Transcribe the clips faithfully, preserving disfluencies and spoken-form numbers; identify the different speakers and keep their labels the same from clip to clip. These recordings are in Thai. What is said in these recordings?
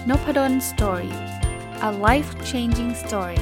Speaker 1: Nopadon Story. A life-changing story.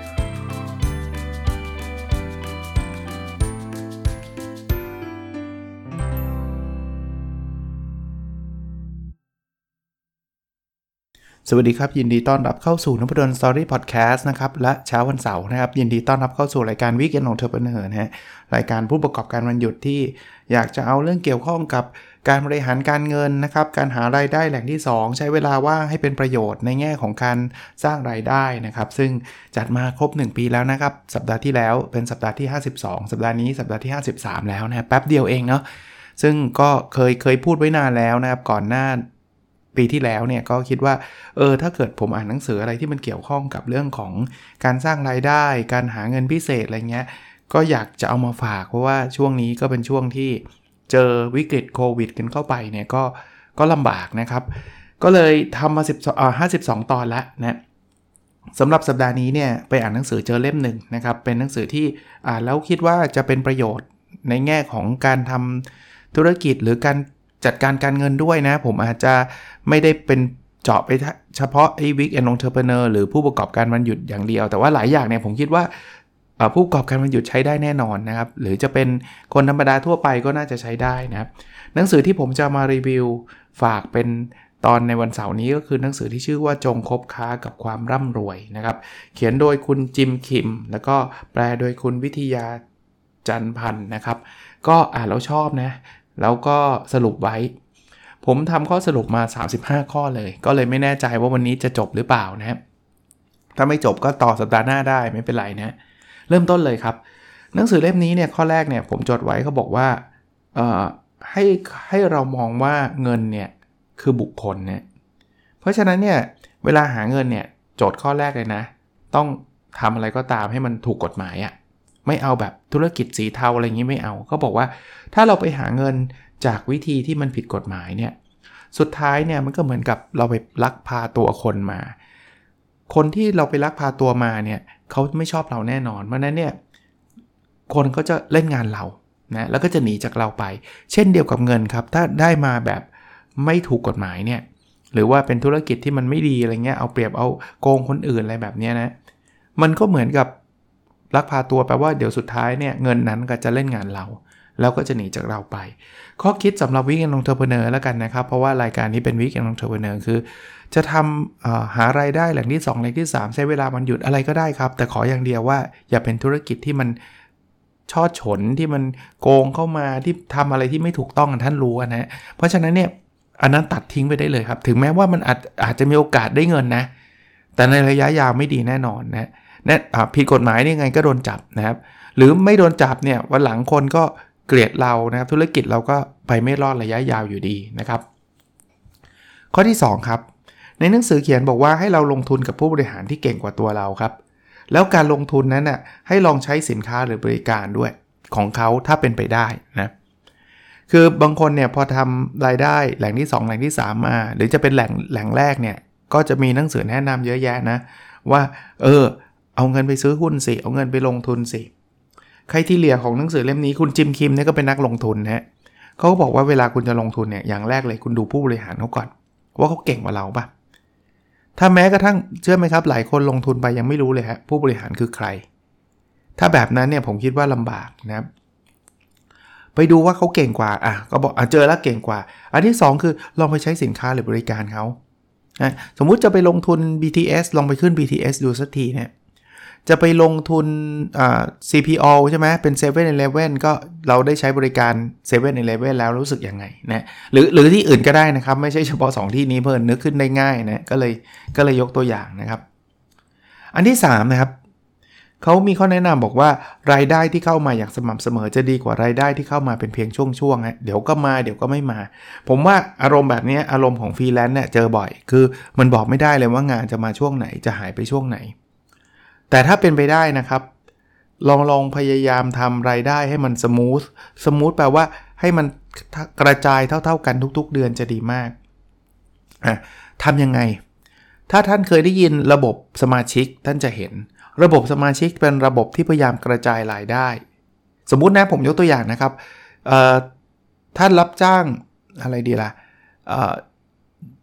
Speaker 2: สวัสดีครับยินดีต้อนรับเข้าสู่ Nopadon Story Podcast นะครับและเช้าวันเสาร์นะครับยินดีต้อนรับเข้าสู่รายการ Weekend Entrepreneur นะฮะรายการผู้ประกอบการวันหยุดที่อยากจะเอาเรื่องเกี่ยวข้องกับการบริหารการเงินนะครับการหารายได้แหล่งที่สองใช้เวลาว่างให้เป็นประโยชน์ในแง่ของการสร้างรายได้นะครับซึ่งจัดมาครบหนึ่งปีแล้วนะครับสัปดาห์ที่แล้วเป็นสัปดาห์ที่ห้าสิบสองสัปดาห์นี้สัปดาห์ที่ห้าสิบสามแล้วนะแป๊บเดียวเองเนาะซึ่งก็เคยเคยพูดไว้นานแล้วนะครับก่อนหน้าปีที่แล้วเนี่ยก็คิดว่าเออถ้าเกิดผมอ่านหนังสืออะไรที่มันเกี่ยวข้องกับเรื่องของการสร้างรายได้การหาเงินพิเศษอะไรเงี้ยก็อยากจะเอามาฝากเพราะว่าช่วงนี้ก็เป็นช่วงที่เจอวิกฤตโควิดกันเข้าไปเนี่ยก็ก็ลำบากนะครับก็เลยทำมาสิบอ่าห้าสิบสองตอนแล้วนะสำหรับสัปดาห์นี้เนี่ยไปอ่านหนังสือเจอเล่มหนึ่งนะครับเป็นหนังสือที่อ่านแล้วคิดว่าจะเป็นประโยชน์ในแง่ของการทำธุรกิจหรือการจัดการการเงินด้วยนะผมอาจจะไม่ได้เป็นเจาะไปเฉพาะไอ้ Weekend Entrepreneur หรือผู้ประกอบการวันหยุดอย่างเดียวแต่ว่าหลายอย่างเนี่ยผมคิดว่าผู้ประกอบการวันหยุดใช้ได้แน่นอนนะครับหรือจะเป็นคนธรรมดาทั่วไปก็น่าจะใช้ได้นะครับหนังสือที่ผมจะมารีวิวฝากเป็นตอนในวันเสาร์นี้ก็คือหนังสือที่ชื่อว่าจงคบค้ากับความร่ำรวยนะครับเขียนโดยคุณจิมคิมแล้วก็แปลโดยคุณวิทยาจันพันธ์นะครับก็อ่านแล้วชอบนะแล้วก็สรุปไว้ผมทำข้อสรุปมาสามสิบห้าข้อเลยก็เลยไม่แน่ใจว่าวันนี้จะจบหรือเปล่านะครับถ้าไม่จบก็ต่อสัปดาห์หน้าได้ไม่เป็นไรนะเริ่มต้นเลยครับหนังสือเล่มนี้เนี่ยข้อแรกเนี่ยผมจดไว้เขาบอกว่าเอ่อให้ให้เรามองว่าเงินเนี่ยคือบุคคลเนี่ยเพราะฉะนั้นเนี่ยเวลาหาเงินเนี่ยโจทย์ข้อแรกเลยนะต้องทำอะไรก็ตามให้มันถูกกฎหมายอะไม่เอาแบบธุรกิจสีเทาอะไรอย่างนี้ไม่เอาเขาบอกว่าถ้าเราไปหาเงินจากวิธีที่มันผิดกฎหมายเนี่ยสุดท้ายเนี่ยมันก็เหมือนกับเราไปลักพาตัวคนมาคนที่เราไปลักพาตัวมาเนี่ยเขาไม่ชอบเราแน่นอนเพราะนั้นเนี่ยคนก็จะเล่นงานเรานะแล้วก็จะหนีจากเราไปเช่นเดียวกับเงินครับถ้าได้มาแบบไม่ถูกกฎหมายเนี่ยหรือว่าเป็นธุรกิจที่มันไม่ดีอะไรเงี้ยเอาเปรียบเอาโกงคนอื่นอะไรแบบนี้นะมันก็เหมือนกับลักพาตัวแปลว่าเดี๋ยวสุดท้ายเนี่ยเงินนั้นก็จะเล่นงานเราแล้วก็จะหนีจากเราไปข้อคิดสำหรับ Weekend Entrepreneur แล้วกันนะครับเพราะว่ารายการนี้เป็น Weekend Entrepreneur คือจะทำหารายได้แหล่งที่สองแหล่งที่สามใช้เวลาวันหยุดอะไรก็ได้ครับแต่ขออย่างเดียวว่าอย่าเป็นธุรกิจที่มันช่อฉนที่มันโกงเข้ามาที่ทำอะไรที่ไม่ถูกต้องท่านรู้นะ เพราะฉะนั้นเนี่ยอันนั้นตัดทิ้งไปได้เลยครับถึงแม้ว่ามันอาจอาจจะมีโอกาสได้เงินนะแต่ในระยะยาวไม่ดีแน่นอนนะเนี่ยผิดกฎหมายนี่ไงก็โดนจับนะครับหรือไม่โดนจับเนี่ยวันหลังคนก็เกลียดเรานะครับธุรกิจเราก็ไปไม่รอดระยะยาวอยู่ดีนะครับข้อที่สองครับในหนังสือเขียนบอกว่าให้เราลงทุนกับผู้บริหารที่เก่งกว่าตัวเราครับแล้วการลงทุนนั้นน่ะให้ลองใช้สินค้าหรือบริการด้วยของเขาถ้าเป็นไปได้นะคือบางคนเนี่ยพอทำรายได้แหล่งที่สองแหล่งที่สามมาหรือจะเป็นแหล่งแหล่งแรกเนี่ยก็จะมีหนังสือแนะนำเยอะแยะนะว่าเออเอาเงินไปซื้อหุ้นสิเอาเงินไปลงทุนสิใครที่เลียของหนังสือเล่มนี้คุณจิมคิมเนี่ยก็เป็นนักลงทุนนะเขาก็บอกว่าเวลาคุณจะลงทุนเนี่ยอย่างแรกเลยคุณดูผู้บริหารเขาก่อนว่าเขาเก่งกว่าเราป่ะถ้าแม้กระทั่งเชื่อไหมครับหลายคนลงทุนไปยังไม่รู้เลยฮะผู้บริหารคือใครถ้าแบบนั้นเนี่ยผมคิดว่าลำบากนะครับไปดูว่าเขาเก่งกว่าอ่ะก็บอกอ่ะเจอแล้วเก่งกว่าอันที่สองคือลองไปใช้สินค้าหรือบริการเขานะสมมุติจะไปลงทุน บี ที เอส ลองไปขึ้น บี ที เอส ดูสักทีเนี่ยจะไปลงทุนอ่า ซี พี โอ ใช่ไหมเป็น เซเว่น Eleven ก็เราได้ใช้บริการ เซเว่น Eleven แล้วรู้สึกยังไงนะหรือหรือที่อื่นก็ได้นะครับไม่ใช่เฉพาะสองที่นี้เพิ่นนึกขึ้นได้ง่ายนะก็เลยก็เลยยกตัวอย่างนะครับอันที่สามนะครับเขามีข้อแนะนำบอกว่ารายได้ที่เข้ามาอย่างสม่ำเสมอจะดีกว่ารายได้ที่เข้ามาเป็นเพียงช่วงๆฮะเดี๋ยวก็มาเดี๋ยวก็ไม่มาผมว่าอารมณ์แบบนี้อารมณ์ของฟรีแลนซ์เนี่ยเจอบ่อยคือมันบอกไม่ได้เลยว่างานจะมาช่วงไหนจะหายไปช่วงไหนแต่ถ้าเป็นไปได้นะครับลองลองพยายามทำรายได้ให้มันสมูทสมูทแปลว่าให้มันกระจายเท่าๆกันทุกๆเดือนจะดีมากอ่ะทำยังไงถ้าท่านเคยได้ยินระบบสมาชิกท่านจะเห็นระบบสมาชิกเป็นระบบที่พยายามกระจายรายได้สมมุตินะผมยกตัวอย่างนะครับท่านรับจ้างอะไรดีล่ะ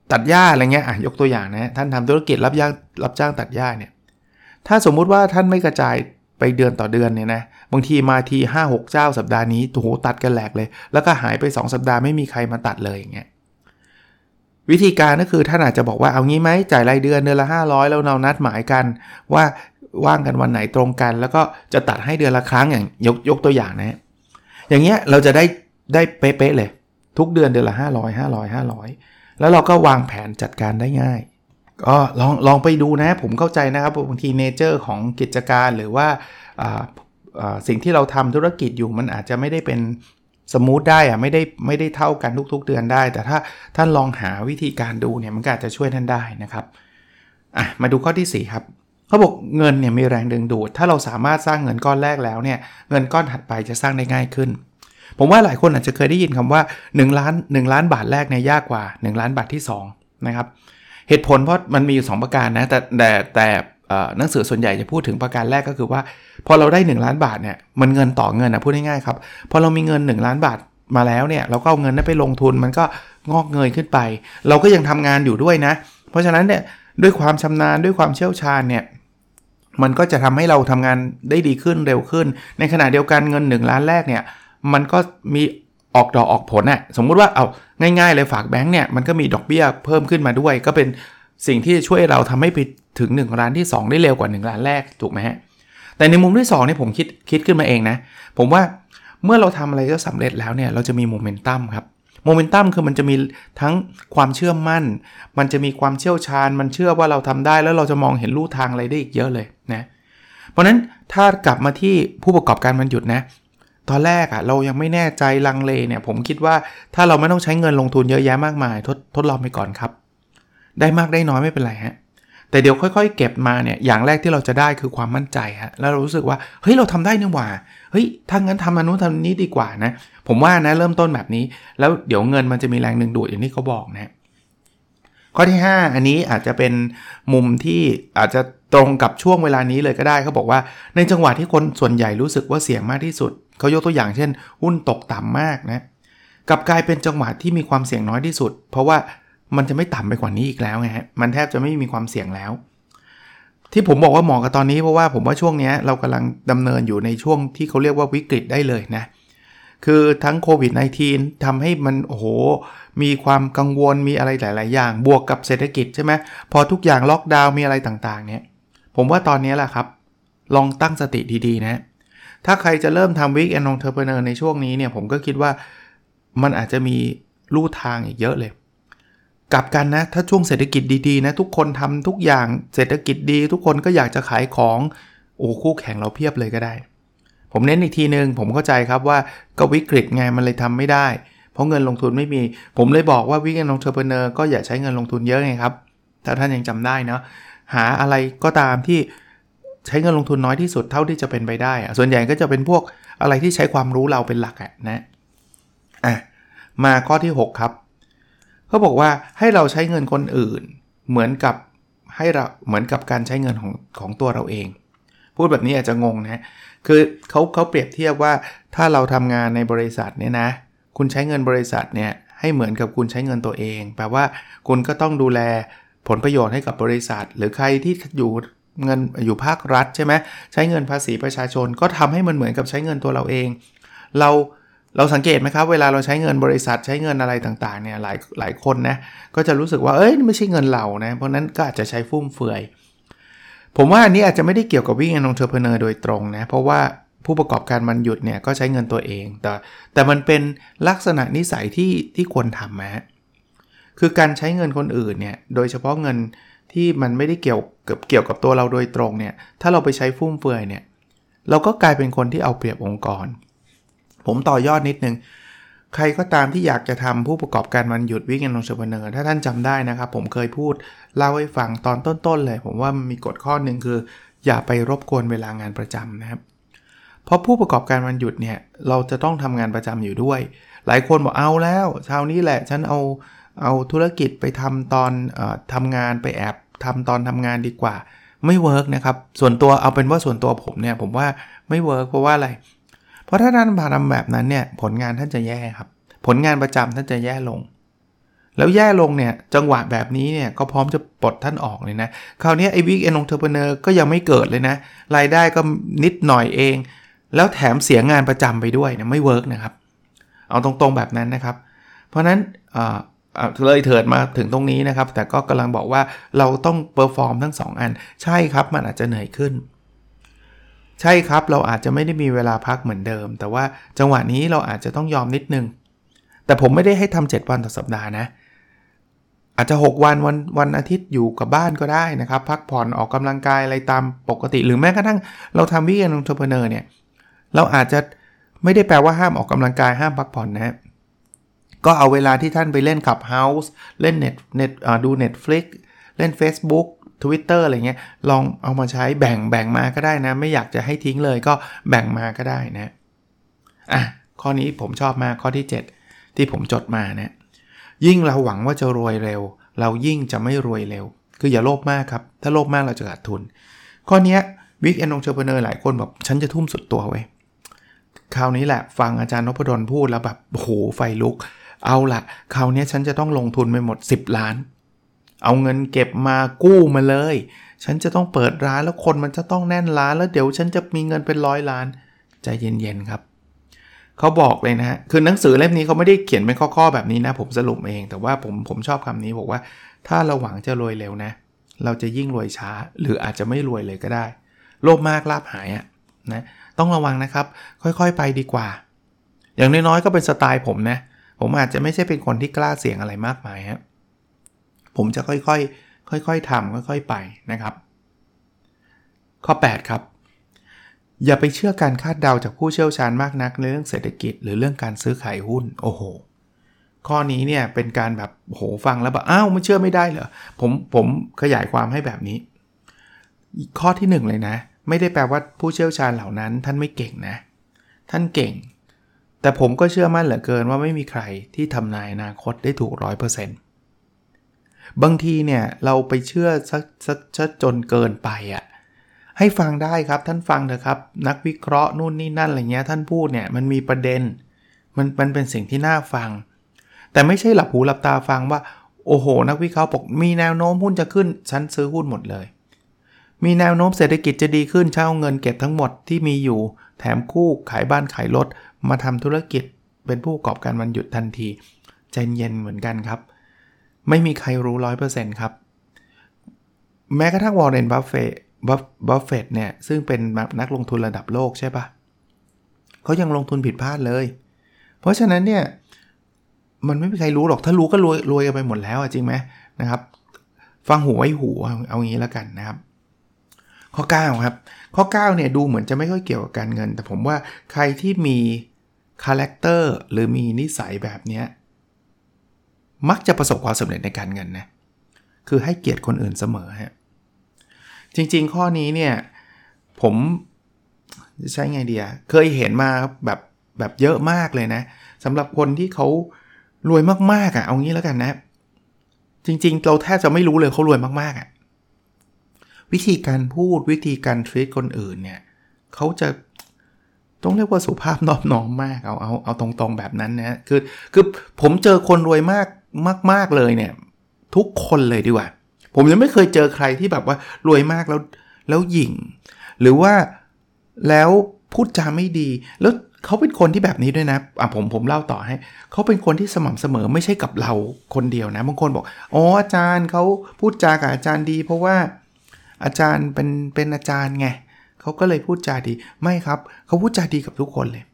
Speaker 2: ตัดหญ้าอะไรเงี้ยอ่ะยกตัวอย่างนะท่านทำธุรกิจรับจ้างรับจ้างตัดหญ้าเนี่ยถ้าสมมุติว่าท่านไม่กระจายไปเดือนต่อเดือนเนี่ยนะบางทีมาที ห้าหก เจ้าสัปดาห์นี้โอ้โหตัดกันแหลกเลยแล้วก็หายไปสองสัปดาห์ไม่มีใครมาตัดเลยอย่างเงี้ยวิธีการก็คือท่านอาจจะบอกว่าเอางี้ไหมจ่ายรายเดือนเดือนละห้าร้อยแล้วเรานัดหมายกันว่าว่างกันวันไหนตรงกันแล้วก็จะตัดให้เดือนละครั้งอย่างยกยกตัวอย่างนะอย่างเงี้ยเราจะได้ได้เป๊ะๆเลยทุกเดือนเดือนละห้าร้อย ห้าร้อย ห้าร้อยแล้วเราก็วางแผนจัดการได้ง่ายก็ลองลองไปดูนะผมเข้าใจนะครับบางทีเนเจอร์ของกิจการหรือว่าสิ่งที่เราทำธุรกิจอยู่มันอาจจะไม่ได้เป็นสมูทได้อะไม่ได้ไม่ได้เท่ากันทุกๆเดือนได้แต่ถ้าท่านลองหาวิธีการดูเนี่ยมันก็อาจจะช่วยท่านได้นะครับอ่ะมาดูข้อที่สี่ครับเขาบอกเงินเนี่ยมีแรงดึงดูดถ้าเราสามารถสร้างเงินก้อนแรกแล้วเนี่ยเงินก้อนถัดไปจะสร้างได้ง่ายขึ้นผมว่าหลายคนอาจจะเคยได้ยินคำว่าหนึ่งล้านหนึ่งล้านบาทแรกเนี่ยยากกว่าหนึ่งล้านบาทที่สองนะครับเหตุผลเพราะมันมีอยู่สองประการนะแต่แต่แต่หนังสือส่วนใหญ่จะพูดถึงประการแรกก็คือว่าพอเราได้หนึ่งล้านบาทเนี่ยมันเงินต่อเงินนะพูดง่ายๆครับพอเรามีเงินหนึ่งล้านบาทมาแล้วเนี่ยเราก็เอาเงินนั้นไปลงทุนมันก็งอกเงยขึ้นไปเราก็ยังทำงานอยู่ด้วยนะเพราะฉะนั้นเนี่ยด้วยความชำนาญด้วยความเชี่ยวชาญเนี่ยมันก็จะทำให้เราทำงานได้ดีขึ้นเร็วขึ้นในขณะเดียวกันเงินหนึ่งล้านแรกเนี่ยมันก็มีออกดอกออกผลน่ะสมมุติว่าเอาง่ายๆเลยฝากแบงค์เนี่ยมันก็มีดอกเบี้ยเพิ่มขึ้นมาด้วยก็เป็นสิ่งที่ช่วยเราทำให้ไปถึงหนึ่งล้านที่สองได้เร็วกว่าหนึ่งล้านแรกถูกไหมฮะแต่ในมุมที่สองเนี่ยผมคิดคิดขึ้นมาเองนะผมว่าเมื่อเราทำอะไรก็สำเร็จแล้วเนี่ยเราจะมีโมเมนตัมครับโมเมนตัมคือมันจะมีทั้งความเชื่อมั่นมันจะมีความเชี่ยวชาญมันเชื่อว่าเราทำได้แล้วเราจะมองเห็นลู่ทางอะไรได้อีกเยอะเลยนะเพราะนั้นถ้ากลับมาที่ผู้ประกอบการวันหยุดนะตอนแรกอะเรายังไม่แน่ใจลังเลเนี่ยผมคิดว่าถ้าเราไม่ต้องใช้เงินลงทุนเยอะแยะมากมายทดทดลองไปก่อนครับได้มากได้น้อยไม่เป็นไรฮะแต่เดี๋ยวค่อยๆเก็บมาเนี่ยอย่างแรกที่เราจะได้คือความมั่นใจฮะแล้วเรารู้สึกว่าเฮ้ยเราทำได้นี่หว่าเฮ้ยถ้างั้นทำอันนู้นทำนี้ดีกว่านะผมว่านะเริ่มต้นแบบนี้แล้วเดี๋ยวเงินมันจะมีแรงดึงดูดอย่างที่เขาบอกนะข้อที่ห้าอันนี้อาจจะเป็นมุมที่อาจจะตรงกับช่วงเวลานี้เลยก็ได้เขาบอกว่าในจังหวะที่คนส่วนใหญ่รู้สึกว่าเสี่ยงมากที่สุดเขายกตัวอย่างเช่นหุ้นตกต่ำมากนะกลับกลายเป็นจังหวะที่มีความเสี่ยงน้อยที่สุดเพราะว่ามันจะไม่ต่ำไปกว่านี้อีกแล้วไงฮะมันแทบจะไม่มีความเสี่ยงแล้วที่ผมบอกว่าเหมาะกับตอนนี้เพราะว่าผมว่าช่วงนี้เรากำลังดำเนินอยู่ในช่วงที่เขาเรียกว่าวิกฤตได้เลยนะคือทั้งโควิด สิบเก้า ทำให้มันโอ้โหมีความกังวลมีอะไรหลายๆอย่างบวกกับเศรษฐกิจใช่ไหมพอทุกอย่างล็อกดาวน์มีอะไรต่างๆเนี่ยผมว่าตอนนี้แหละครับลองตั้งสติดีๆนะถ้าใครจะเริ่มทำ Weekend Entrepreneur ในช่วงนี้เนี่ยผมก็คิดว่ามันอาจจะมีลู่ทางอีกเยอะเลยกลับกันนะถ้าช่วงเศรษฐกิจดีๆนะทุกคนทำทุกอย่างเศรษฐกิจดีทุกคนก็อยากจะขายของโอ้คู่แข่งเราเพียบเลยก็ได้ผมเน้นอีกทีนึงผมเข้าใจครับว่าก็วิกฤตไงมันเลยทำไม่ได้เพราะเงินลงทุนไม่มีผมเลยบอกว่า Weekend Entrepreneur ก็อย่าใช้เงินลงทุนเยอะไงครับถ้าท่านยังจำได้เนาะหาอะไรก็ตามที่ใช้เงินลงทุนน้อยที่สุดเท่าที่จะเป็นไปได้อะส่วนใหญ่ก็จะเป็นพวกอะไรที่ใช้ความรู้เราเป็นหลักอะนะอ่ะมาข้อที่หกครับเขาบอกว่าให้เราใช้เงินคนอื่นเหมือนกับให้เราเหมือนกับการใช้เงินของของตัวเราเองพูดแบบนี้อาจจะงงนะคือเขาเขาเปรียบเทียบว่าถ้าเราทำงานในบริษัทเนี่ยนะคุณใช้เงินบริษัทเนี่ยให้เหมือนกับคุณใช้เงินตัวเองแปลว่าคุณก็ต้องดูแลผลประโยชน์ให้กับบริษัทหรือใครที่อยู่เงินอยู่ภาครัฐใช่ไหมใช้เงินภาษีประชาชนก็ทำให้มันเหมือนกับใช้เงินตัวเราเองเราเราสังเกตไหมครับเวลาเราใช้เงินบริษัทใช้เงินอะไรต่างๆเนี่ยหลายหลายคนนะก็จะรู้สึกว่าเอ้ยไม่ใช่เงินเรานะเพราะนั้นก็อาจจะใช้ฟุ่มเฟือยผมว่าอันนี้อาจจะไม่ได้เกี่ยวกับ Weekend Entrepreneur โดยตรงนะเพราะว่าผู้ประกอบการวันหยุดเนี่ยก็ใช้เงินตัวเองแต่แต่มันเป็นลักษณะนิสัยที่ที่ควรทำนะคือการใช้เงินคนอื่นเนี่ยโดยเฉพาะเงินที่มันไม่ได้เกี่ยวกับเกี่ยวกับตัวเราโดยตรงเนี่ยถ้าเราไปใช้ฟุ่มเฟือยเนี่ยเราก็กลายเป็นคนที่เอาเปรียบองค์กรผมต่อยอดนิดนึงใครก็ตามที่อยากจะทำผู้ประกอบการวันหยุด Weekend Entrepreneur ถ้าท่านจำได้นะครับผมเคยพูดเล่าให้ฟังตอนต้นๆเลยผมว่ามีกฎข้อหนึ่งคืออย่าไปรบกวนเวลางานประจำนะครับเพราะผู้ประกอบการวันหยุดเนี่ยเราจะต้องทำงานประจำอยู่ด้วยหลายคนบอกเอาแล้วเช้านี้แหละฉันเอาเอาธุรกิจไปทำตอนเอ่อทำงานไปแอบทำตอนทำงานดีกว่าไม่เวิร์กนะครับส่วนตัวเอาเป็นว่าส่วนตัวผมเนี่ยผมว่าไม่เวิร์กเพราะว่าอะไรเพราะถ้าท่านทำแบบนั้นเนี่ยผลงานท่านจะแย่ครับผลงานประจำท่านจะแย่ลงแล้วแย่ลงเนี่ยจังหวะแบบนี้เนี่ยก็พร้อมจะปลดท่านออกเลยนะคราวนี้ไอ้ Weekend Entrepreneur ก็ยังไม่เกิดเลยนะรายได้ก็นิดหน่อยเองแล้วแถมเสียงานประจำไปด้วยนะไม่เวิร์กนะครับเอาตรงๆแบบนั้นนะครับเพราะนั้นเลยเถิดมาถึงตรงนี้นะครับแต่ก็กำลังบอกว่าเราต้องเปอร์ฟอร์มทั้งสองอันใช่ครับมันอาจจะเหนื่อยขึ้นใช่ครับเราอาจจะไม่ได้มีเวลาพักเหมือนเดิมแต่ว่าจังหวะนี้เราอาจจะต้องยอมนิดนึงแต่ผมไม่ได้ให้ทำเจ็ดวันต่อสัปดาห์นะอาจจะหกวันวันวันอาทิตย์อยู่กับบ้านก็ได้นะครับพักผ่อนออกกำลังกายอะไรตามปกติหรือแม้กระทั่งเราทำ Weekend Entrepreneur เนี่ยเราอาจจะไม่ได้แปลว่าห้ามออกกำลังกายห้ามพักผ่อนนะก็เอาเวลาที่ท่านไปเล่น Clubhouse เล่น Net Net อ่าดู Netflix เล่น Facebook Twitter อะไรเงี้ยลองเอามาใช้แบ่งแบ่งมาก็ได้นะไม่อยากจะให้ทิ้งเลยก็แบ่งมาก็ได้นะอ่ะข้อนี้ผมชอบมากข้อที่เจ็ดที่ผมจดมานะยิ่งเราหวังว่าจะรวยเร็วเรายิ่งจะไม่รวยเร็วคืออย่าโลภมากครับถ้าโลภมากเราจะขาดทุนข้อนี้ Weekend Entrepreneur หลายคนแบบฉันจะทุ่มสุดตัวไว้คราวนี้แหละฟังอาจารย์นพดลพูดแล้วแบบโอ้โหไฟลุกเอาละคราวนี้ฉันจะต้องลงทุนไปหมดสิบล้านเอาเงินเก็บมากู้มาเลยฉันจะต้องเปิดร้านแล้วคนมันจะต้องแน่นร้านแล้วเดี๋ยวฉันจะมีเงินเป็นร้อยล้านใจเย็นๆครับเขาบอกเลยนะฮะคือหนังสือเล่มนี้เขาไม่ได้เขียนเป็นข้อๆแบบนี้นะผมสรุปเองแต่ว่าผมผมชอบคำนี้บอกว่าถ้าเราหวังจะรวยเร็วนะเราจะยิ่งรวยช้าหรืออาจจะไม่รวยเลยก็ได้โลภมากลาภหายอ่ะนะต้องระวังนะครับค่อยๆไปดีกว่าอย่างน้อยๆก็เป็นสไตล์ผมนะผมอาจจะไม่ใช่เป็นคนที่กล้าเสี่ยงอะไรมากมายฮะผมจะค่อยๆค่อยๆทำค่อยๆไปนะครับข้อแปดครับอย่าไปเชื่อการคาดเดาจากผู้เชี่ยวชาญมากนักในเรื่องเศรษฐกิจหรือเรื่องการซื้อขายหุ้นโอ้โหข้อนี้เนี่ยเป็นการแบบโหฟังแล้วแบบอ้าวไม่เชื่อไม่ได้เหรอผมผมขยายความให้แบบนี้ข้อที่หนึ่งเลยนะไม่ได้แปลว่าผู้เชี่ยวชาญเหล่านั้นท่านไม่เก่งนะท่านเก่งแต่ผมก็เชื่อมั่นเหลือเกินว่าไม่มีใครที่ทำนายอนาคตได้ถูก ร้อยเปอร์เซ็นต์ บางทีเนี่ยเราไปเชื่อซะซะจนเกินไปอ่ะให้ฟังได้ครับท่านฟังเถอะครับนักวิเคราะห์นู่นนี่นั่นอะไรเงี้ยท่านพูดเนี่ยมันมีประเด็นมันมันเป็นสิ่งที่น่าฟังแต่ไม่ใช่หลับหูหลับตาฟังว่าโอ้โหนักวิเคราะห์บอกมีแนวโน้มหุ้นจะขึ้นฉันซื้อหุ้นหมดเลยมีแนวโน้มเศรษฐกิจจะดีขึ้นเช่าเงินเก็บทั้งหมดที่มีอยู่แถมคู่ขายบ้านขายรถมาทำธุรกิจเป็นผู้ประกอบการวันหยุดทันทีใจเย็นเหมือนกันครับไม่มีใครรู้ ร้อยเปอร์เซ็นต์ ครับแม้กระทั่งวอร์เรน บัฟเฟตต์บัฟเฟตต์เนี่ยซึ่งเป็นนักลงทุนระดับโลกใช่ปะเขายังลงทุนผิดพลาดเลยเพราะฉะนั้นเนี่ยมันไม่มีใครรู้หรอกถ้ารู้ก็รวยรวยกันไปหมดแล้วจริงไหมนะครับฟังหูไว้หูเอางี้แล้วกันนะครับข้อเก้าครับข้อเก้าเนี่ยดูเหมือนจะไม่ค่อยเกี่ยวกับการเงินแต่ผมว่าใครที่มีคาแรคเตอร์หรือมีนิสัยแบบนี้มักจะประสบความสำเร็จในการเงินนะคือให้เกียรติคนอื่นเสมอฮะจริงๆข้อนี้เนี่ยผมจะใช้ไงดีอ่ะเคยเห็นมาแบบแบบเยอะมากเลยนะสำหรับคนที่เขารวยมากๆอ่ะเอางี้แล้วกันนะจริงๆเราแทบจะไม่รู้เลยเขารวยมากๆอ่ะวิธีการพูดวิธีการทรีตคนอื่นเนี่ยเขาจะต้องเรียกว่าสุภาพนอบน้อมมากเอาเอาเอาตรงๆแบบนั้นนะคือคือผมเจอคนรวยมากมากๆเลยเนี่ยทุกคนเลยดีกว่าผมยังไม่เคยเจอใครที่แบบว่ารวยมากแล้วแล้วหยิ่งหรือว่าแล้วพูดจาไม่ดีแล้วเขาเป็นคนที่แบบนี้ด้วยนะอ่ะผมผมเล่าต่อให้เขาเป็นคนที่สม่ำเสมอไม่ใช่กับเราคนเดียวนะบางคนบอกอ๋ออาจารย์เขาพูดจากับอาจารย์ดีเพราะว่าอาจารย์เป็นเป็นอาจารย์ไงเขาก็เลยพูดจาดีไม่ครับเขาพูดจาดีกับทุกคนเลย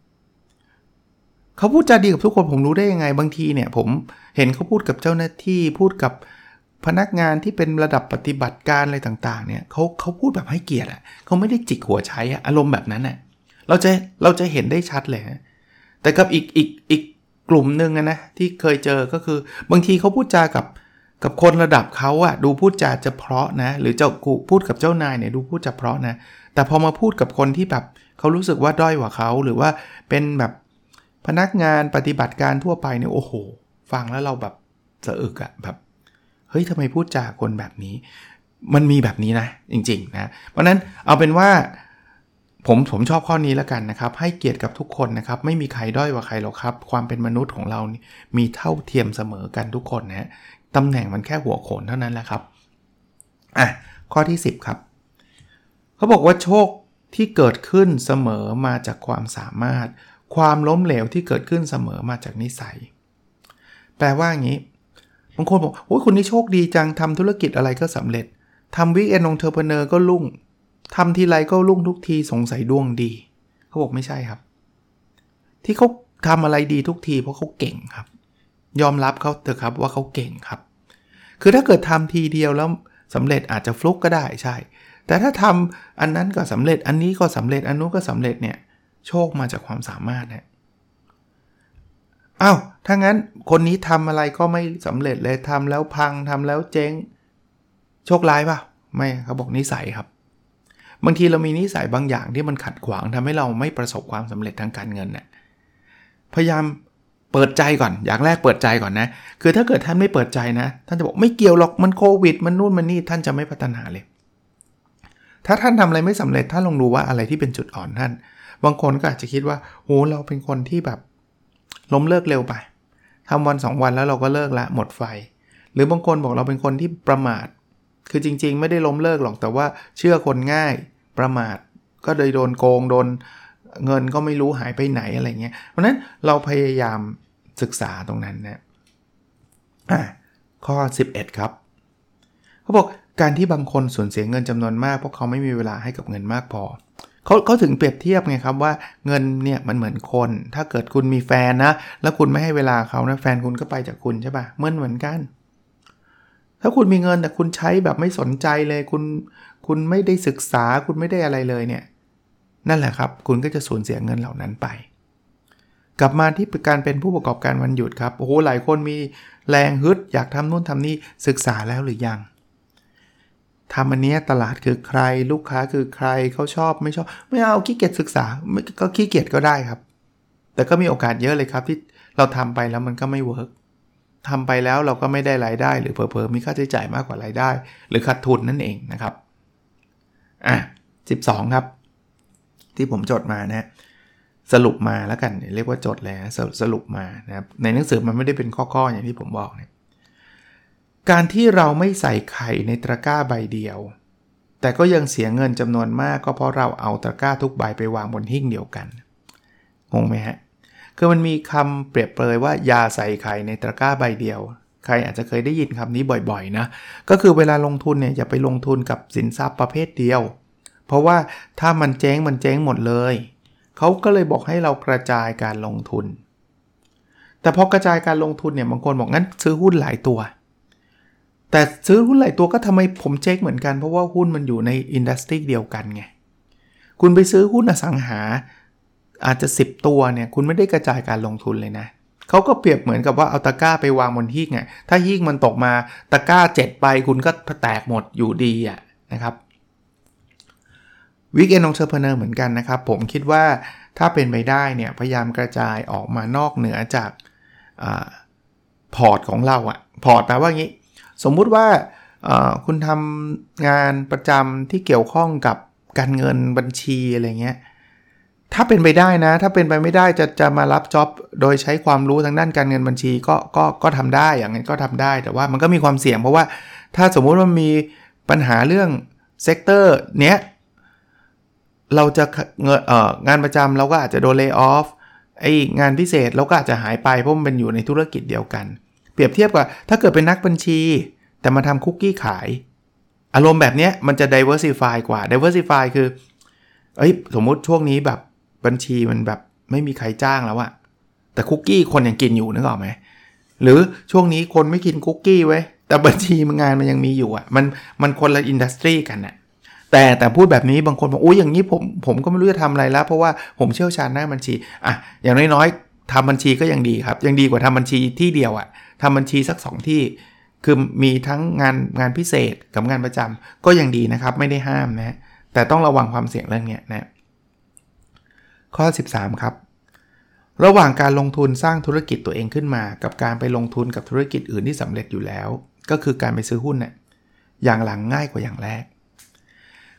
Speaker 2: เขาพูดจาดีกับทุกคนผมรู้ได้ยังไงบางทีเนี่ยผมเห็นเขาพูดกับเจ้าหน้าที่พูดกับพนักงานที่เป็นระดับปฏิบัติการอะไรต่างๆเนี่ยเขาเขาพูดแบบให้เกียรติอ่ะเขาไม่ได้จิกหัวใช้อ่ะอารมณ์แบบนั้นอ่ะเราจะเราจะเห็นได้ชัดเลยนะแต่กับอีกอีกอีกกลุ่มนึงนะที่เคยเจอก็คือบางทีเขาพูดจากับกับคนระดับเขาอ่ะดูพูดจาจะเพราะนะหรือเจ้าพูดกับเจ้านายเนี่ยดูพูดจาเพราะนะแต่พอมาพูดกับคนที่แบบเขารู้สึกว่าด้อยกว่าเขาหรือว่าเป็นแบบพนักงานปฏิบัติการทั่วไปเนี่ยโอ้โหฟังแล้วเราแบบสะอึกอ่ะแบบเฮ้ยทำไมพูดจาคนแบบนี้มันมีแบบนี้นะจริงๆนะเพราะนั้นเอาเป็นว่าผมผมชอบข้อนี้แล้วกันนะครับให้เกียรติกับทุกคนนะครับไม่มีใครด้อยกว่าใครหรอกครับความเป็นมนุษย์ของเรานี่มีเท่าเทียมเสมอกันทุกคนนะฮะตำแหน่งมันแค่หัวโขนเท่านั้นแหละครับอ่ะข้อที่สิบครับเขาบอกว่าโชคที่เกิดขึ้นเสมอมาจากความสามารถความล้มเหลวที่เกิดขึ้นเสมอมาจากนิสัยแปลว่าอย่างนี้บางคนบอกโอ้ยคนนี้โชคดีจังทำธุรกิจอะไรก็สำเร็จทำวิกเอนด์องเทอร์เพเนอร์ก็รุ่งทำทีไรก็รุ่งทุกทีสงสัยดวงดีเขาบอกไม่ใช่ครับที่เขาทำอะไรดีทุกทีเพราะเขาเก่งครับยอมรับเขาเถอะครับว่าเขาเก่งครับคือถ้าเกิดทำทีเดียวแล้วสำเร็จอาจจะฟลุกก็ได้ใช่แต่ถ้าทำอันนั้นก็สำเร็จอันนี้ก็สำเร็จอันนู้นก็สำเร็จเนี่ยโชคมาจากความสามารถนะอ้าวถ้างั้นคนนี้ทำอะไรก็ไม่สำเร็จเลยทำแล้วพังทำแล้วเจ๊งโชคร้ายป่ะไม่เขาบอกนิสัยครับบางทีเรามีนิสัยบางอย่างที่มันขัดขวางทำให้เราไม่ประสบความสำเร็จทางการเงินเนี่ยพยายามเปิดใจก่อนอย่างแรกเปิดใจก่อนนะคือถ้าเกิดท่านไม่เปิดใจนะท่านจะบอกไม่เกี่ยวหรอกมันโควิดมันนู่นมันนี่ท่านจะไม่พัฒนาเลยถ้าท่านทำอะไรไม่สำเร็จท่านลองดูว่าอะไรที่เป็นจุดอ่อนท่านบางคนก็อาจจะคิดว่าโหเราเป็นคนที่แบบล้มเลิกเร็วไปทำวันสองวันแล้วเราก็เลิกละหมดไฟหรือบางคนบอกเราเป็นคนที่ประมาทคือจริงๆไม่ได้ล้มเลิกหรอกแต่ว่าเชื่อคนง่ายประมาทก็เลยโดนโกงโดนเงินก็ไม่รู้หายไปไหนอะไรเงี้ยเพราะนั้นเราพยายามศึกษาตรงนั้นนะอ่ะข้อสิบเอ็ดครับเขาบอกการที่บางคนสูญเสียเงินจำนวนมากเพราะเขาไม่มีเวลาให้กับเงินมากพอเขาเขาถึงเปรียบเทียบไงครับว่าเงินเนี่ยมันเหมือนคนถ้าเกิดคุณมีแฟนนะแล้วคุณไม่ให้เวลาเขานะแฟนคุณก็ไปจากคุณใช่ป่ะเหมือนเหมือนกันถ้าคุณมีเงินแต่คุณใช้แบบไม่สนใจเลยคุณคุณไม่ได้ศึกษาคุณไม่ได้อะไรเลยเนี่ยนั่นแหละครับคุณก็จะสูญเสียเงินเหล่านั้นไปกลับมาที่การเป็นผู้ประกอบการวันหยุดครับโอ้โหหลายคนมีแรงฮึดอยากทำนู่นทำนี่ศึกษาแล้วหรือยังทำอันนี้ตลาดคือใครลูกค้าคือใครเขาชอบไม่ชอบไม่เอาขี้เกียจศึกษาก็ขี้เกียจก็ได้ครับแต่ก็มีโอกาสเยอะเลยครับที่เราทำไปแล้วมันก็ไม่เวิร์กทำไปแล้วเราก็ไม่ได้รายได้หรือเผลอๆมีค่าใช้จ่ายมากกว่ารายได้หรือขาดทุนนั่นเองนะครับอ่ะสิบสองครับที่ผมจดมานะสรุปมาแล้วกันเรียกว่าจดเลยนะสรุปมานะครับในหนังสือมันไม่ได้เป็นข้อๆอย่างที่ผมบอกเนี่ยการที่เราไม่ใส่ไข่ในตะกร้าใบเดียวแต่ก็ยังเสียเงินจำนวนมากก็เพราะเราเอาตะกร้าทุกใบไปวางบนหิ้งเดียวกันงงไหมฮะคือมันมีคำเปรียบเปรยว่าอย่าใส่ไข่ในตะกร้าใบเดียวใครอาจจะเคยได้ยินคำนี้บ่อยๆนะก็คือเวลาลงทุนเนี่ยอย่าไปลงทุนกับสินทรัพย์ประเภทเดียวเพราะว่าถ้ามันเจ๊งมันเจ๊งหมดเลยเขาก็เลยบอกให้เรากระจายการลงทุนแต่พอกระจายการลงทุนเนี่ยบางคนบอกงั้นซื้อหุ้นหลายตัวแต่ซื้อหุ้นหลายตัวก็ทำไมผมเจ๊งเหมือนกันเพราะว่าหุ้นมันอยู่ในอินดัสทรีเดียวกันไงคุณไปซื้อหุ้นอสังหาอาจจะสิบตัวเนี่ยคุณไม่ได้กระจายการลงทุนเลยนะเขาก็เปรียบเหมือนกับว่าเอาตะกร้าไปวางบนหิ้งไงถ้าหิ้งมันตกมาตะกร้าเจ็ดไปคุณก็แตกหมดอยู่ดีอ่ะนะครับWeekend Entrepreneur เหมือนกันนะครับผมคิดว่าถ้าเป็นไปได้เนี่ยพยายามกระจายออกมานอกเหนือจากพอร์ตของเราอะพอร์ตแปลว่างี้สมมุติว่าคุณทำงานประจำที่เกี่ยวข้องกับการเงินบัญชีอะไรเงี้ยถ้าเป็นไปได้นะถ้าเป็นไปไม่ได้จะจะมารับจ็อบโดยใช้ความรู้ทางด้านการเงินบัญชีก็ก็ก็ทำได้อย่างนั้นก็ทำได้แต่ว่ามันก็มีความเสี่ยงเพราะว่าถ้าสมมุติว่ามีปัญหาเรื่องเซกเตอร์เนี้ยเราจะเงินเอ่องานประจำเราก็อาจจะโดนเลย์ออฟไอ้งานพิเศษเราก็อาจจะหายไปเพราะมันเป็นอยู่ในธุรกิจเดียวกันเปรียบเทียบกับถ้าเกิดเป็นนักบัญชีแต่มาทำคุกกี้ขายอารมณ์แบบนี้มันจะ diversify กว่า diversify คือเอ้ยสมมุติช่วงนี้แบบบัญชีมันแบบไม่มีใครจ้างแล้วอะแต่คุกกี้คนยังกินอยู่นึกออกไหมหรือช่วงนี้คนไม่กินคุกกี้ไว้แต่บัญชีงานมันยังมีอยู่อะมันมันคนละอินดัสทรีกันอะแต่แต่พูดแบบนี้บางคนบอกโอ้ยอย่างนี้ผมผมก็ไม่รู้จะทำอะไรแล้วเพราะว่าผมเชี่ยวชาญด้านบัญชีอ่ะอย่างน้อยๆทำบัญชีก็ยังดีครับยังดีกว่าทำบัญชีที่เดียวอ่ะทำบัญชีสักสองที่คือมีทั้งงานงานพิเศษกับงานประจำก็ยังดีนะครับไม่ได้ห้ามนะแต่ต้องระวังความเสี่ยงเรื่องนี้นะข้อสิบสามครับระหว่างการลงทุนสร้างธุรกิจตัวเองขึ้นมากับการไปลงทุนกับธุรกิจอื่นที่สำเร็จอยู่แล้วก็คือการไปซื้อหุ้นเนี่ยอย่างหลังง่ายกว่าอย่างแรก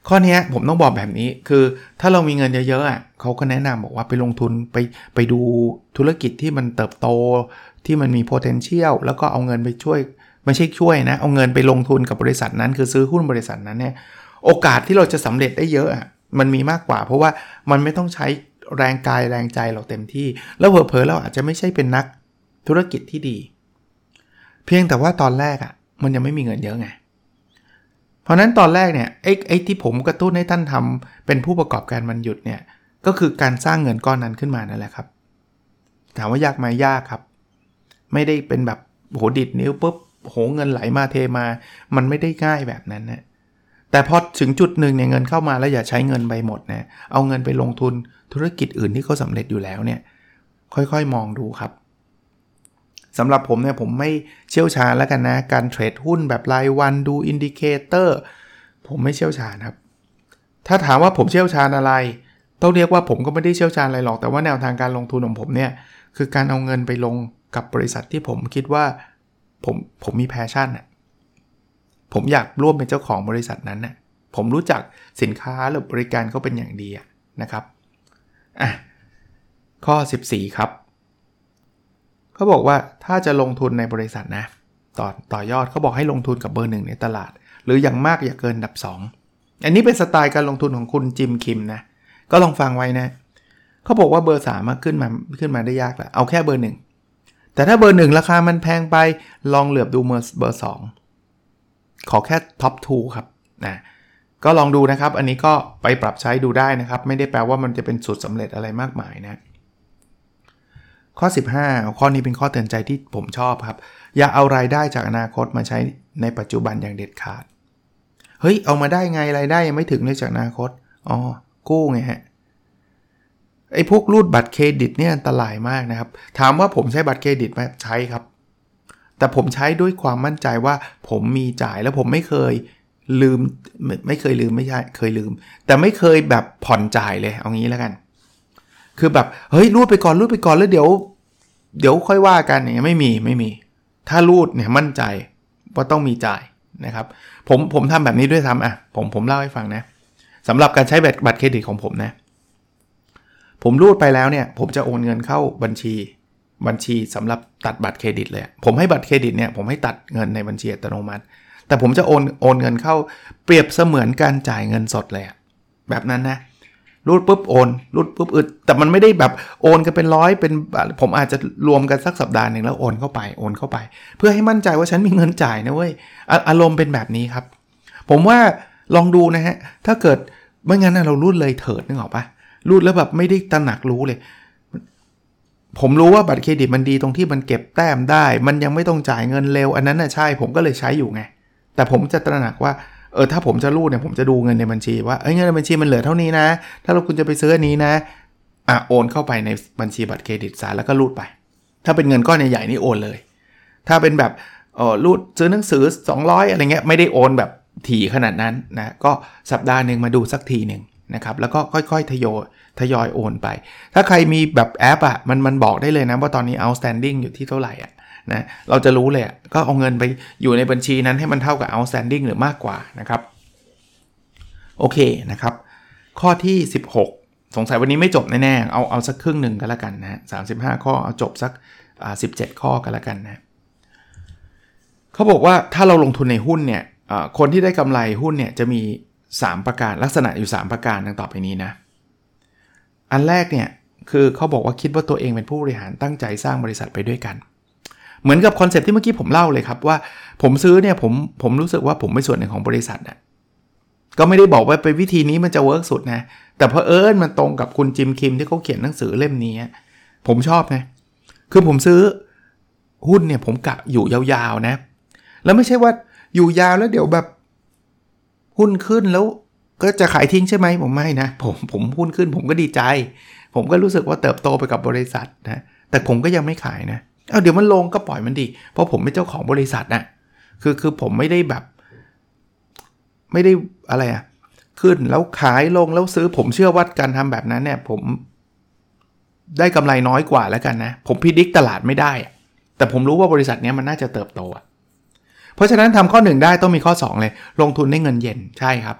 Speaker 2: ข้อนี้ผมต้องบอกแบบนี้คือถ้าเรามีเงินเยอะๆอ่ะเขาก็แนะนำบอกว่าไปลงทุนไปไปดูธุรกิจที่มันเติบโตที่มันมี potential แล้วก็เอาเงินไปช่วยไม่ใช่ช่วยนะเอาเงินไปลงทุนกับบริษัทนั้นคือซื้อหุ้นบริษัทนั้นเนี่ยโอกาสที่เราจะสำเร็จได้เยอะอ่ะมันมีมากกว่าเพราะว่ามันไม่ต้องใช้แรงกายแรงใจเราเต็มที่แล้วเผลอๆเราอาจจะไม่ใช่เป็นนักธุรกิจที่ดีเพียงแต่ว่าตอนแรกอ่ะมันยังไม่มีเงินเยอะไงเพราะนั้นตอนแรกเนี่ยไอ้ไอ้ที่ผมกระตุ้นให้ท่านทำเป็นผู้ประกอบการวันหยุดเนี่ยก็คือการสร้างเงินก้อนนั้นขึ้นมานั่นแหละครับถามว่ายากไหมยากครับไม่ได้เป็นแบบโหดิดนิ้วปุ๊บโหเงินไหลมาเทมามันไม่ได้ง่ายแบบนั้นนะแต่พอถึงจุดหนึ่งเนี่ยเงินเข้ามาแล้วอย่าใช้เงินไปหมดนะเอาเงินไปลงทุนธุรกิจอื่นที่เขาสำเร็จอยู่แล้วเนี่ยค่อยๆมองดูครับสำหรับผมเนี่ยผมไม่เชี่ยวชาญแล้วกันนะการเทรดหุ้นแบบรายวันดูอินดิเคเตอร์ผมไม่เชี่ยวชาญครับถ้าถามว่าผมเชี่ยวชาญอะไรต้องเรียกว่าผมก็ไม่ได้เชี่ยวชาญอะไรหรอกแต่ว่าแนวทางการลงทุนของผมเนี่ยคือการเอาเงินไปลงกับบริษัทที่ผมคิดว่าผมผมมีแพชชั่นอ่ะผมอยากร่วมเป็นเจ้าของบริษัทนั้นน่ะผมรู้จักสินค้าหรือบริการเขาเป็นอย่างดีนะครับอ่ะข้อสิบสี่ครับเขาบอกว่าถ้าจะลงทุนในบริษัทนะต่อต่อยอดเขาบอกให้ลงทุนกับเบอร์หนึ่งในตลาดหรืออย่างมากอย่าเกินอันดับสองอันนี้เป็นสไตล์การลงทุนของคุณจิมคิมนะก็ลองฟังไว้นะเขาบอกว่าเบอร์สามขึ้นมาขึ้นมาได้ยากแหละเอาแค่เบอร์หนึ่งแต่ถ้าเบอร์หนึ่งราคามันแพงไปลองเหลือบดูเบอร์สองขอแค่ท็อปสองครับนะก็ลองดูนะครับอันนี้ก็ไปปรับใช้ดูได้นะครับไม่ได้แปลว่ามันจะเป็นสูตรสำเร็จอะไรมากมายนะข้อสิบห้าข้อนี้เป็นข้อเตือนใจที่ผมชอบครับอย่าเอารายได้จากอนาคตมาใช้ในปัจจุบันอย่างเด็ดขาดเฮ้ยเอามาได้ไงรายได้ยังไม่ถึงเลยจากอนาคตอ๋อกู้ไงฮะไอ้พวกรูดบัตรเครดิตเนี่ยอันตรายมากนะครับถามว่าผมใช้บัตรเครดิตไหมใช้ครับแต่ผมใช้ด้วยความมั่นใจว่าผมมีจ่ายแล้วผมไม่เคยลืมไม่ไม่เคยลืมไม่ใช่เคยลืมแต่ไม่เคยแบบผ่อนจ่ายเลยเอางี้แล้วกันคือแบบเฮ้ยรูดไปก่อนรูดไปก่อนแล้วเดี๋ยวเดี๋ยวค่อยว่ากันอย่างเงี้ยไม่มีไม่มีถ้ารูดเนี่ยมั่นใจว่าต้องมีจ่ายนะครับผมผมทำแบบนี้ด้วยซ้ำอ่ะผมผมเล่าให้ฟังนะสำหรับการใช้บัตรเครดิตของผมนะผมรูดไปแล้วเนี่ยผมจะโอนเงินเข้าบัญชีบัญชีสำหรับตัดบัตรเครดิตเลยผมให้บัตรเครดิตเนี่ยผมให้ตัดเงินในบัญชีอัตโนมัติแต่ผมจะโอนโอนเงินเข้าเปรียบเสมือนการจ่ายเงินสดเลยแบบนั้นนะรูดปุ๊บโอนรูดปุ๊บอึดแต่มันไม่ได้แบบโอนกันเป็นร้อยเป็นผมอาจจะรวมกันสักสัปดาห์นึงแล้วโอนเข้าไปโอนเข้าไปเพื่อให้มั่นใจว่าฉันมีเงินจ่ายนะเว้ยอารมณ์เป็นแบบนี้ครับผมว่าลองดูนะฮะถ้าเกิดไม่งั้นเรารูดเลยเถิดนึกออกปะรูดแล้วแบบไม่ได้ตระหนักรู้เลยผมรู้ว่าบัตรเครดิตมันดีตรงที่มันเก็บแต้มได้มันยังไม่ต้องจ่ายเงินเร็วอันนั้นน่ะใช่ผมก็เลยใช้อยู่ไงแต่ผมจะตระหนักว่าเออถ้าผมจะรูดเนี่ยผมจะดูเงินในบัญชีว่าเอ้ยเงินในบัญชีมันเหลือเท่านี้นะถ้าเราคุณจะไปซื้ออันนี้นะอ่ะโอนเข้าไปในบัญชีบัตรเครดิตซะแล้วก็รูดไปถ้าเป็นเงินก้อนใหญ่ๆนี่โอนเลยถ้าเป็นแบบเออรูดซื้อหนังสือสองร้อยอะไรเงี้ยไม่ได้โอนแบบถี่ขนาดนั้นนะก็สัปดาห์นึงมาดูสักทีนึงนะครับแล้วก็ค่อยๆทยอยทยอยโอนไปถ้าใครมีแบบแอปอ่ะมันมันบอกได้เลยนะว่าตอนนี้ outstanding อยู่ที่เท่าไหร่อ่ะนะเราจะรู้เลยก็เอาเงินไปอยู่ในบัญชีนั้นให้มันเท่ากับ outstanding หรือมากกว่านะครับโอเคนะครับข้อที่สิบหกสงสัยวันนี้ไม่จบแน่ๆเอาเอาสักครึ่งหนึ่งก็แล้วกันนะสามสิบห้าข้อเอาจบสักอ่าสิบเจ็ดข้อก็แล้วกันนะเขาบอกว่าถ้าเราลงทุนในหุ้นเนี่ยคนที่ได้กำไรหุ้นเนี่ยจะมีสามประการลักษณะอยู่สามประการดังต่อไปนี้นะอันแรกเนี่ยคือเขาบอกว่าคิดว่าตัวเองเป็นผู้บริหารตั้งใจสร้างบริษัทไปด้วยกันเหมือนกับคอนเซ็ปต์ที่เมื่อกี้ผมเล่าเลยครับว่าผมซื้อเนี่ยผมผมรู้สึกว่าผมเป็นส่วนหนึ่งของบริษัทนะก็ไม่ได้บอกว่าไปวิธีนี้มันจะเวิร์กสุดนะแต่เพอเอิญมันตรงกับคุณจิมคิมที่เขาเขียนหนังสือเล่มนี้ผมชอบนะคือผมซื้อหุ้นเนี่ยผมกะอยู่ยาวๆนะแล้วไม่ใช่ว่าอยู่ยาวแล้วเดี๋ยวแบบหุ้นขึ้นแล้วก็จะขายทิ้งใช่ไหมผมไม่นะผมผมหุ้นขึ้นผมก็ดีใจผมก็รู้สึกว่าเติบโตไปกับบริษัทนะแต่ผมก็ยังไม่ขายนะเอาเดี๋ยวมันลงก็ปล่อยมันดีเพราะผมเป็นเจ้าของบริษัทนะคือคือผมไม่ได้แบบไม่ได้อะไรอะขึ้นแล้วขายลงแล้วซื้อผมเชื่อว่าการทำแบบนั้นเนี่ยผมได้กำไรน้อยกว่าแล้วกันนะผมพิจิตรตลาดไม่ได้แต่ผมรู้ว่าบริษัทนี้มันน่าจะเติบโตเพราะฉะนั้นทำข้อหนึ่งได้ต้องมีข้อสองเลยลงทุนได้เงินเย็นใช่ครับ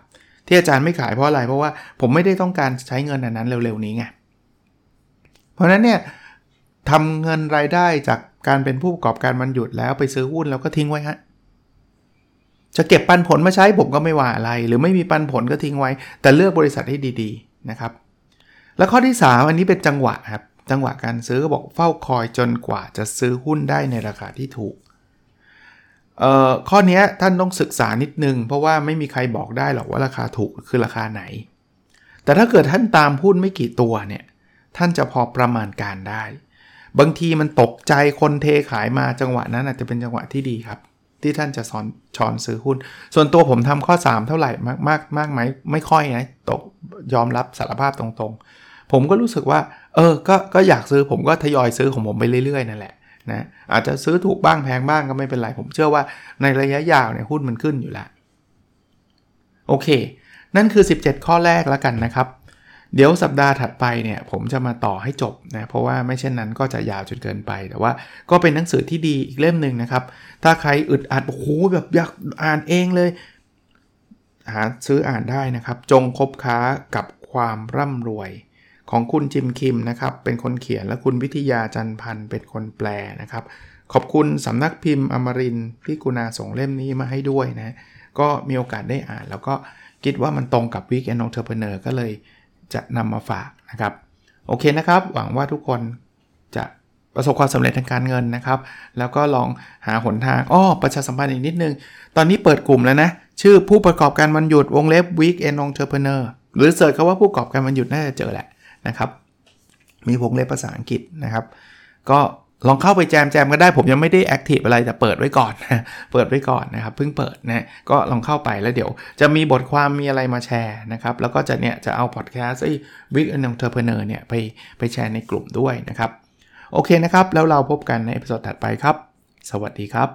Speaker 2: ที่อาจารย์ไม่ขายเพราะอะไรเพราะว่าผมไม่ได้ต้องการใช้เงินอันนั้นเร็วๆนี้ไงเพราะฉะนั้นเนี่ยทำเงินรายได้จากการเป็นผู้ประกอบการวันหยุดแล้วไปซื้อหุ้นแล้วก็ทิ้งไว้ฮะจะเก็บปันผลมาใช้ผมก็ไม่ว่าอะไรหรือไม่มีปันผลก็ทิ้งไว้แต่เลือกบริษัทให้ดีๆนะครับแล้วข้อที่สามอันนี้เป็นจังหวะครับจังหวะการซื้อก็บอกเฝ้าคอยจนกว่าจะซื้อหุ้นได้ในราคาที่ถูกเอ่อข้อนี้ท่านต้องศึกษานิดนึงเพราะว่าไม่มีใครบอกได้หรอกว่าราคาถูกคือราคาไหนแต่ถ้าเกิดท่านตามหุ้นไม่กี่ตัวเนี่ยท่านจะพอประมาณการได้บางทีมันตกใจคนเทขายมาจังหวะนั้นอาจจะเป็นจังหวะที่ดีครับที่ท่านจะสอนช้อนซื้อหุ้นส่วนตัวผมทำข้อสามเท่าไหร่มากมากมากไหมไม่ค่อยนะตกยอมรับสารภาพตรงๆผมก็รู้สึกว่าเออก็ก็อยากซื้อผมก็ทยอยซื้อของผมไปเรื่อยๆนั่นแหละนะอาจจะซื้อถูกบ้างแพงบ้างก็ไม่เป็นไรผมเชื่อว่าในระยะยาวเนี่ยหุ้นมันขึ้นอยู่แล้วโอเคนั่นคือสิบเจ็ดข้อแรกแล้วกันนะครับเดี๋ยวสัปดาห์ถัดไปเนี่ยผมจะมาต่อให้จบนะเพราะว่าไม่เช่นนั้นก็จะยาวจนเกินไปแต่ว่าก็เป็นหนังสือที่ดีอีกเล่มนึงนะครับถ้าใครอึดอัดโอ้โหแบบอยากอ่านเองเลยหาซื้ออ่านได้นะครับจงคบค้ากับความร่ำรวยของคุณจิมคิมนะครับเป็นคนเขียนและคุณวิทยาจันพันธ์เป็นคนแปลนะครับขอบคุณสำนักพิมพ์อมรินทร์พี่กุณาส่งเล่มนี้มาให้ด้วยนะก็มีโอกาสได้อ่านแล้วก็คิดว่ามันตรงกับ Weekend Entrepreneur ก็เลยจะนำมาฝากนะครับโอเคนะครับหวังว่าทุกคนจะประสบความสำเร็จทางการเงินนะครับแล้วก็ลองหาหนทางอ้อประชาสัมพันธ์อีกนิดนึงตอนนี้เปิดกลุ่มแล้วนะชื่อผู้ประกอบการวันหยุดวงเล็บ Weekend Entrepreneur หรือเสิร์ชคำว่าผู้ประกอบการวันหยุดน่าจะเจอแหละนะครับมีวงเล็บภาษาอังกฤษนะครับก็ลองเข้าไปแจมแจมก็ได้ผมยังไม่ได้แอคทีฟอะไรแต่เปิดไว้ก่อนเปิดไว้ก่อนนะครับเพิ่งเปิดนะก็ลองเข้าไปแล้วเดี๋ยวจะมีบทความมีอะไรมาแชร์นะครับแล้วก็จะเนี่ยจะเอาพอดแคสต์ไอ้ Weekend Entrepreneur เนี่ยไปไปแชร์ในกลุ่มด้วยนะครับโอเคนะครับแล้วเราพบกันในเอพิโซดถัดไปครับสวัสดีครับ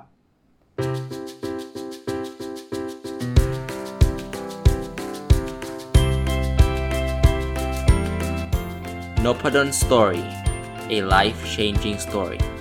Speaker 3: Nopadon Story, a life-changing story.